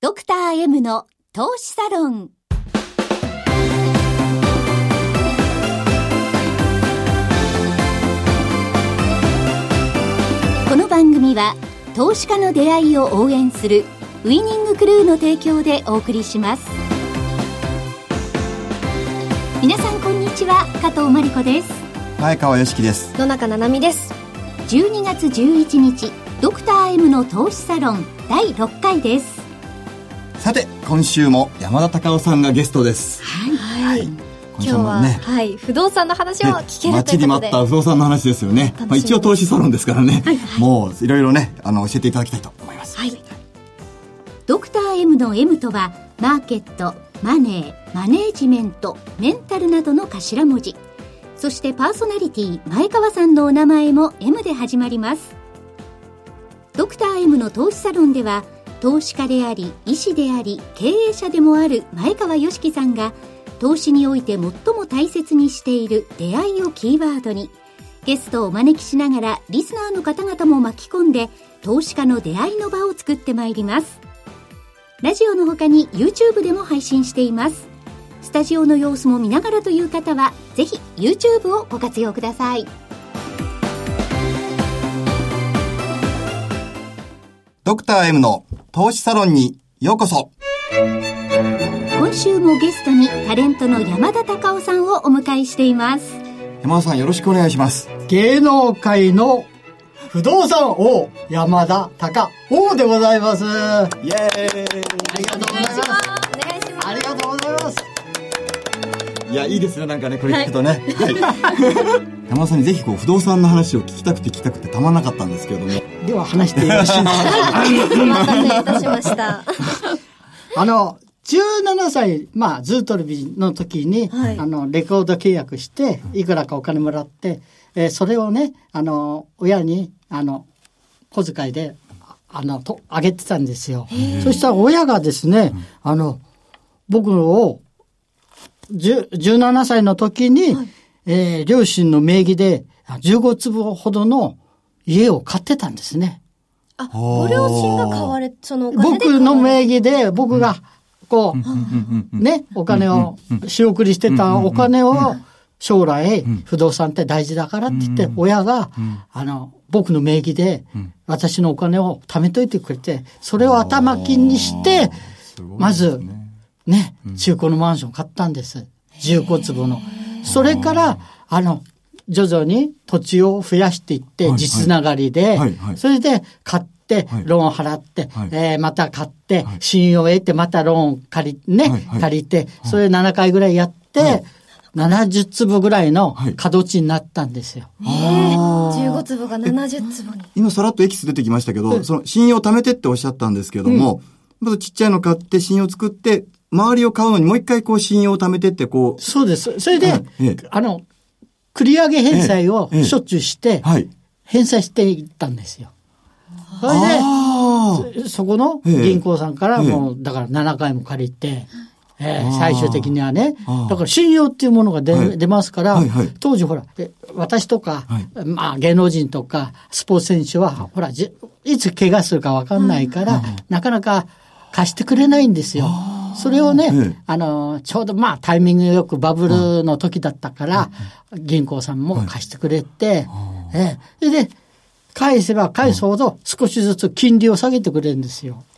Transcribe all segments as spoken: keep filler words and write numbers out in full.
ドクター M の投資サロン。この番組は投資家の出会いを応援するウィニングクルーの提供でお送りします。皆さんこんにちは、加藤真理子です。 前川良樹です。 野中七海です。 じゅうにがつじゅういちにち、ドクター M の投資サロンだいろっかいです。 さて今週も山田隆夫さんがゲストです。 はい、 はい、今日は、ね、はい、不動産の話を聞けるということで、 待ちに待った不動産の話ですよね。まあ、一応投資サロンですからね、はいはい、もういろいろねあの教えていただきたいと思います。 はい、ドクター M の M とはマーケット、マネー、マネージメント、メンタルなどの頭文字。そしてパーソナリティ前川さんのお名前も M で始まります。ドクター M の投資サロンでは投資家であり医師であり経営者でもある前川良樹さんが投資において最も大切にしている出会いをキーワードにゲストをお招きしながらリスナーの方々も巻き込んで投資家の出会いの場を作ってまいります。ラジオの他に YouTube でも配信しています。スタジオの様子も見ながらという方はぜひ YouTube をご活用ください。 ドクター M の投資サロンにようこそ。 今週もゲストにタレントの山田隆夫さんをお迎えしています。 山田さんよろしくお願いします。 芸能界の不動産王山田隆夫でございます。イエーイ。ありがとうございます。お願いします。 ありがとうございます。 いやいいですよなんかねこれ聞くとね、はいはい、山田さんにぜひこう不動産の話を聞きたくて聞きたくてたまんなかったんですけれども、 では話してよろしいですか。 お待たせいたしましたあのじゅうななさい、まあ、ズートルビの時に、はい、あのレコード契約していくらかお金もらって、えー、それをねあの親にあの小遣いであのとあげてたんですよ。そしたら親がですね、うん、あの僕をじゅうななさいの時に、はいえー、両親の名義でじゅうごつぶほどの家を買ってたんですね。 あ、ご両親が買われ、そのお金で買われ、 僕の名義で僕がこう、うん、ね、お金を仕送りしてたお金を将来不動産って大事だからって言って親があの僕の名義で私のお金を貯めといてくれて、それを頭金にしてまずね、中古のマンション買ったんです。じゅうごつぶの。それから、あの、徐々に土地を増やしていって、地つながりで、それで買って、ローン払って、えー、また買って、信用を得て、またローン借り、ね、借りて、それななかいぐらいやって、ななじゅうつぶぐらいの角地になったんですよ。 えー、じゅうごつぶがななじゅうつぶに。 今、さらっとエキス出てきましたけど、その信用を貯めてっておっしゃったんですけども、うん、まずちっちゃいの買って、信用を作って、周りを買うのにもう一回こう信用を貯めてってこう。 そうです。それで、ええ、あの、繰り上げ返済をしょっちゅうして、返済していったんですよ。それで、そ, そこの銀行さんからもう、だからななかいも借りて、えー、最終的にはね、だから信用っていうものが 出,、はい、出ますから、はいはい、当時ほら、私とか、はい、まあ芸能人とかスポーツ選手は、ほら、いつ怪我するかわかんないから、はい、なかなか貸してくれないんですよ。それをね、ええ、あの、ちょうどまあタイミングよくバブルの時だったから、銀行さんも貸してくれて、ええ、それで、返せば返すほど少しずつ金利を下げてくれるんですよ。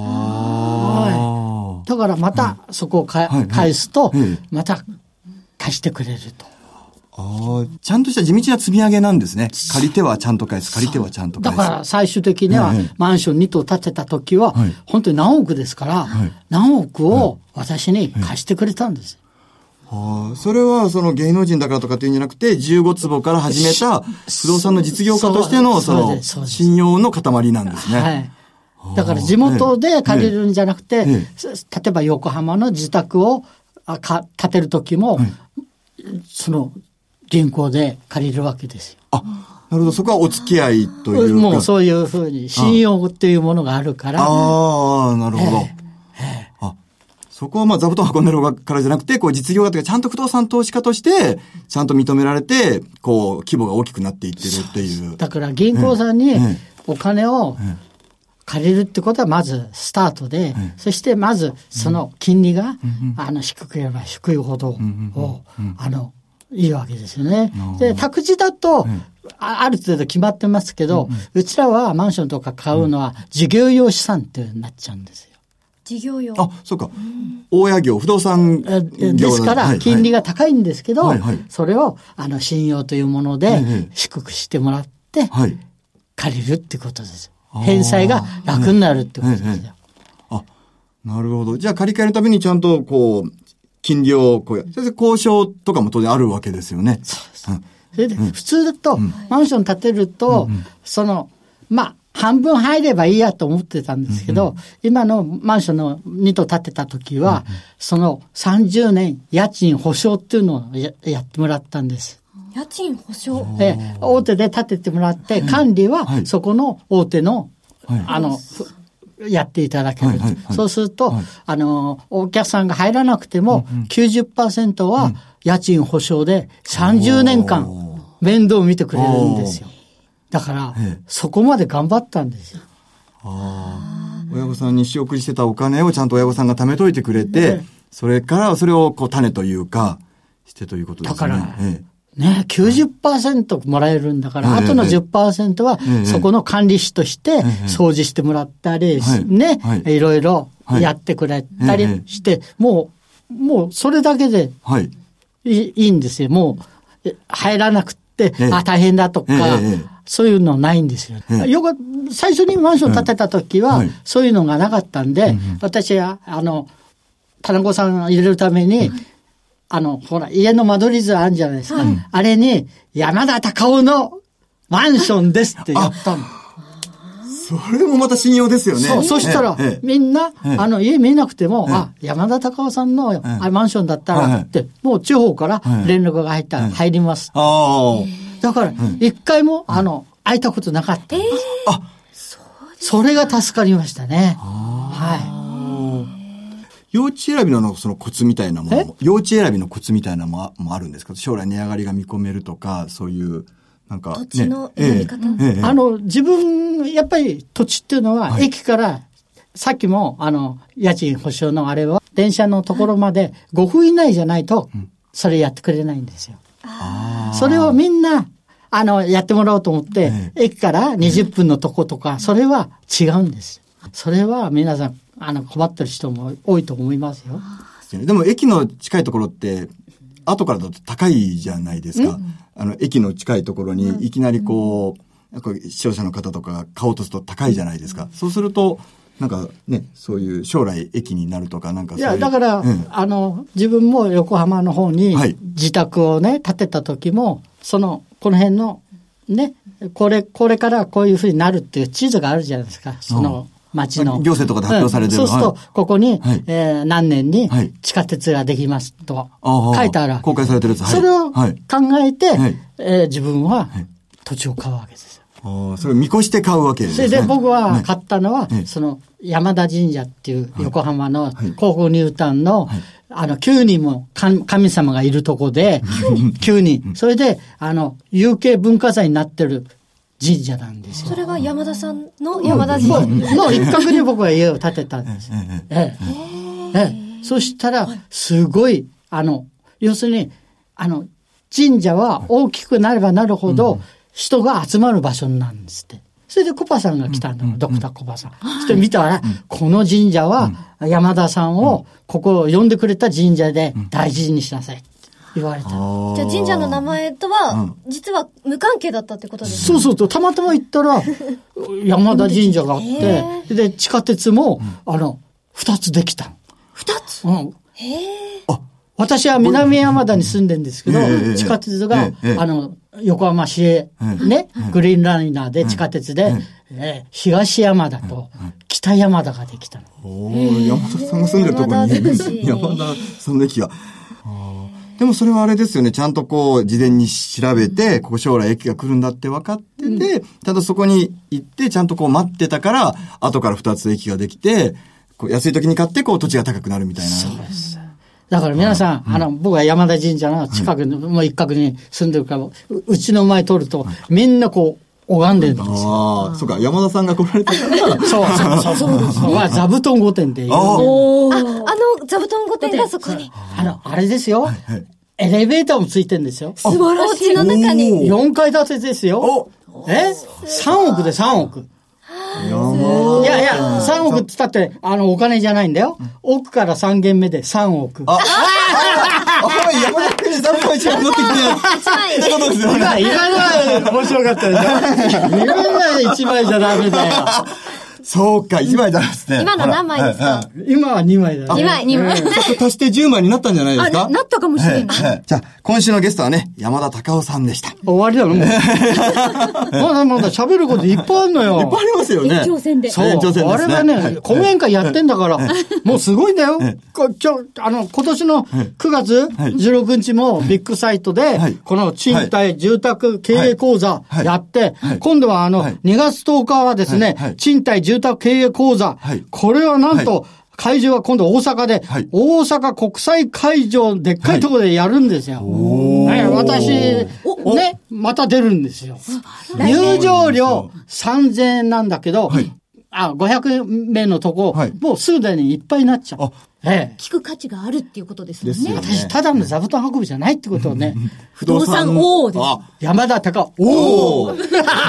はい。だからまたそこをか、はい、返すと、また貸してくれると。 ああ、ちゃんとした地道な積み上げなんですね。借りてはちゃんと返す、借りてはちゃんと返す。 だから最終的には、マンションにとう建てた時は、はい、本当に何億ですから、はい、何億を私に貸してくれたんです。 はあ、それはその芸能人だからとかっていうんじゃなくて、じゅうごつぼから始めた不動産の実業家としてのその信用の塊なんですね。はい。 だから地元で借りるんじゃなくて、例えば横浜の自宅をか建てる時も、はい、その銀行で借りるわけですよ。 あ、なるほど。そこはお付き合いというか。 もうそういうふうに信用っていうものがあるから。 ああ、なるほど。えーえー、あ、そこはまあ座布団運んでるからじゃなくて、こう実業家というかちゃんと不動産投資家として、ちゃんと認められて、こう規模が大きくなっていってるっていう。 だから銀行さんにお金を借りるってことはまずスタートで、うん、そしてまずその金利が、うん、あの低ければ低いほど、うん、あのいいわけですよね。うん、で宅地だと、うん、ある程度決まってますけど、うん、うちらはマンションとか買うのは事業用資産ってなっちゃうんですよ。 事業用。 あ、そうか。うん、大家業、不動産業ですから、金利が高いんですけど、はいはい、それを、あの、信用というもので、低くしてもらって、借りるってことです。返済が楽になるってことですよ。 あ、なるほど。じゃあ、借り換えるためにちゃんと、こう、金利を、こう、先生、交渉とかも当然あるわけですよね。 そうです。うん、それで、普通だと、うん、マンション建てると、うん、その、まあ、半分入ればいいやと思ってたんですけど、うんうん、今のマンションのに棟建てた時は、うんうん、そのさんじゅうねん家賃保証っていうのを や, やってもらったんです。 家賃保証え大手で建ててもらって、管理はそこの大手の、はい、あの、やっていただける。はいはいはい、そうすると、はい、あの、お客さんが入らなくても、うんうん、きゅうじゅっパーセント は家賃保証でさんじゅうねんかん面倒を見てくれるんですよ。だから、そこまで頑張ったんですよ。 ああ。親御さんに仕送りしてたお金をちゃんと親御さんが貯めといてくれて、ね、それからそれをこう種というか、してということですね。 だから、ええ、ね、きゅうじゅっパーセント もらえるんだから、あとの じゅっパーセント は、そこの管理費として掃除してもらったり、ね、いろいろやってくれたりして、もう、もうそれだけでいい、いいんですよ。もう、入らなくて、あ、大変だとか、そういうのないんですよ。よく、最初にマンション建てた時は、そういうのがなかったんで、私は、あの、金子さんを入れるために、あの、ほら、家の間取り図あるんじゃないですか。あれに、山田隆夫のマンションですってやったの。 それもまた信用ですよね。 そう、そしたら、みんな、あの、家見なくても、あ、山田隆夫さんのマンションだったらって、もう地方から連絡が入ったら入ります。だから、一回も、あの、会いたことなかったんです。あ、それが助かりましたね。はい。 幼稚選びのそのコツみたいなもの、幼稚選びのコツみたいなももあるんですか？将来値上がりが見込めるとか、そういう、なんか、ね。 土地の選び方、 ええ、あの、自分、やっぱり土地っていうのは、駅から、はい、さっきも、あの、家賃保証のあれは、電車のところまでごふん以内じゃないと、それやってくれないんですよ。あ、それをみんな、あの、やってもらおうと思って、ええ、駅からにじゅっぷんのとことか、それは違うんです。それは皆さん、あの、困ってる人も多いと思いますよ。 でも駅の近いところって、後からだと高いじゃないですか。あの、駅の近いところにいきなりこう、なんか視聴者の方とか買おうとすると高いじゃないですか。そうすると、なんかね、そういう将来駅になるとかなんかそういう。 いや、だから、うん、あの、自分も横浜の方に自宅をね、建てた時も、その、この辺の、ね、これ、これからこういうふうになるっていう地図があるじゃないですか。その、町の。 行政とかで発表されてる、 うん、そうすると、ここに、はい、えー、何年に地下鉄ができますと、書いてある。 公開されてるやつ。 それを考えて、はい、えー、自分は土地を買うわけですよ。 ああ、それを見越して買うわけですね。 それで僕は買ったのは、はい、その、山田神社っていう横浜の高校入丹の、はいはい、あの、きゅうにんも神様がいるとこで、きゅうにん。それで、あの、有形文化財になってる神社なんですよ。 それが山田さんの山田神社の一角に僕は家を建てたんです。ええええ、そしたら、すごい、あの、要するに、あの、神社は大きくなればなるほど、人が集まる場所なんですって。それでコパさんが来たの、ドクターコパさん。そして見たら、この神社は山田さんをここを呼んでくれた神社で大事にしなさいって言われた。じゃあ神社の名前とは、実は無関係だったってことですか？そうそう、たまたま行ったら、山田神社があって、で、地下鉄も、あの、二つできたの。 二つ？ うん。へえ。あ、私は南山田に住んでるんですけど、地下鉄が、あの、横浜市へ、ね、グリーンライナーで地下鉄で、えー、東山田と北山田ができたの。 おー、山田さんが住んでるところに山田さんの駅が。でもそれはあれですよね。ちゃんとこう、事前に調べて、ここ将来駅が来るんだって分かってて、うん、ただそこに行って、ちゃんとこう待ってたから、後から二つ駅ができて、こう安い時に買って、こう土地が高くなるみたいな。 そうです。だから皆さん、あの、僕は山田神社の近くの、もう一角に住んでるから、うちの前通ると、みんなこう、 拝んでるんですよ。 ああ、そうか、山田さんが来られたから。 そうそうそうそう。まあ、座布団御殿っていう。ああの座布団御殿がそこに。 あの、あれですよ。はいはい、エレベーターもついてるんですよ。 素晴らしい。お家の中に。 よんかい建てですよ。え ?さんおくでさんおく。いやいや、さんおくって言ったって、あの、お金じゃないんだよ。奥からさん軒目でさんおく。あ、ああ、山田君にさんまい一枚持ってきて。そういうことですよね。 今、今のは面白かったでしょ。今のはいちまいじゃダメだよ。 そうか、いちまいじゃないですね。 今の何枚ですか？ 今はにまいだね。 にまい、にまい。 ちょっと足してじゅうまいになったんじゃないですか？ なったかもしれない。 じゃあ、今週のゲストはね、山田隆夫さんでした。 終わりだろ、もう。まだまだ喋ることいっぱいあるのよ。 いっぱいありますよね。 延長戦で。 そう。延長戦ですね。あれはね、講演会やってんだから、もうすごいんだよ。今日、あの、今年のくがつじゅうろくにちもビッグサイトで、この賃貸住宅経営講座やって、今度はあの、にがつとおかはですね、賃貸住宅経営講座、これはなんと、会場は今度大阪で、はい、大阪国際会場、でっかいところでやるんですよ。はい、私、ね、また出るんですよ。入場料さんぜんえんなんだけど、はい、あ、ごひゃくめいのとこ、はい、もうすぐでにいっぱいになっちゃう。 ええ、聞く価値があるっていうことですよね。 私、ただの座布団運びじゃないってことをね。 不動産王です。 山田隆夫。おはい。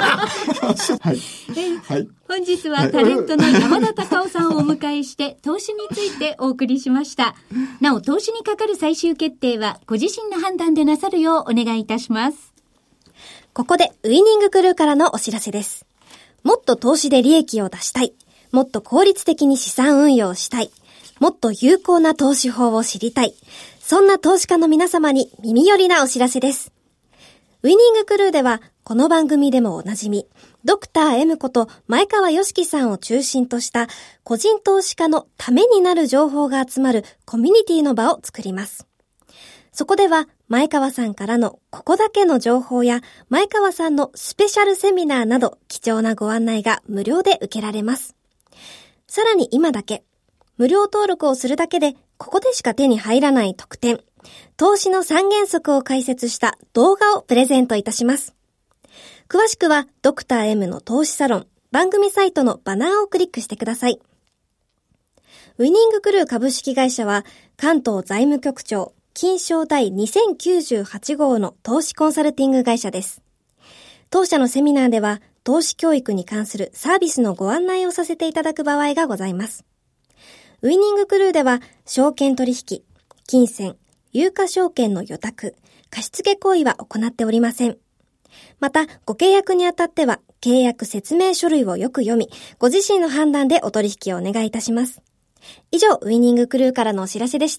はい。本日はタレントの山田隆夫さんをお迎えして、投資についてお送りしました。なお、投資にかかる最終決定は、ご自身の判断でなさるようお願いいたします。 ここで、ウイニングクルーからのお知らせです。もっと投資で利益を出したい。もっと効率的に資産運用したい。もっと有効な投資法を知りたい。そんな投資家の皆様に耳寄りなお知らせです。ウイニングクルーでは、この番組でもおなじみ、ドクター M こと前川良樹さんを中心とした個人投資家のためになる情報が集まるコミュニティの場を作ります。そこでは、前川さんからのここだけの情報や、前川さんのスペシャルセミナーなど貴重なご案内が無料で受けられます。さらに今だけ、無料登録をするだけで、ここでしか手に入らない特典、投資の三原則を解説した動画をプレゼントいたします。詳しくは、ドクター M の投資サロン、番組サイトのバナーをクリックしてください。ウイニングクルー株式会社は、関東財務局長、金賞第にせんきゅうじゅうはちごうの投資コンサルティング会社です。当社のセミナーでは、投資教育に関するサービスのご案内をさせていただく場合がございます。ウイニングクルーでは、証券取引、金銭、有価証券の予託、貸付行為は行っておりません。また、ご契約にあたっては、契約説明書類をよく読み、ご自身の判断でお取引をお願いいたします。以上、ウイニングクルーからのお知らせでした。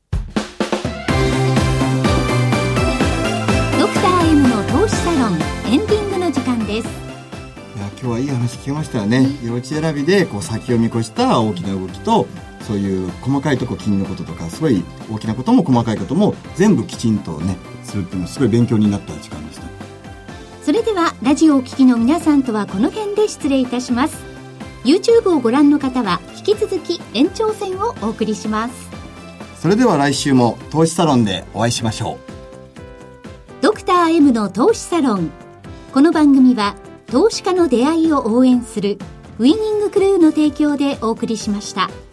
ドクター M の投資サロン、エンディングの時間です。 今日はいい話聞きましたよね。幼稚選びでこう先を見越した大きな動きと、そういう細かいとこ金のこととか、すごい大きなことも細かいことも全部きちんとねするっていうのはすごい勉強になった時間でした。 それではラジオをお聞きの皆さんとはこの辺で失礼いたします。 YouTube をご覧の方は引き続き延長戦をお送りします。 それでは来週も投資サロンでお会いしましょう。ドクター M の投資サロン。この番組は投資家の出会いを応援するウイニングクルーの提供でお送りしました。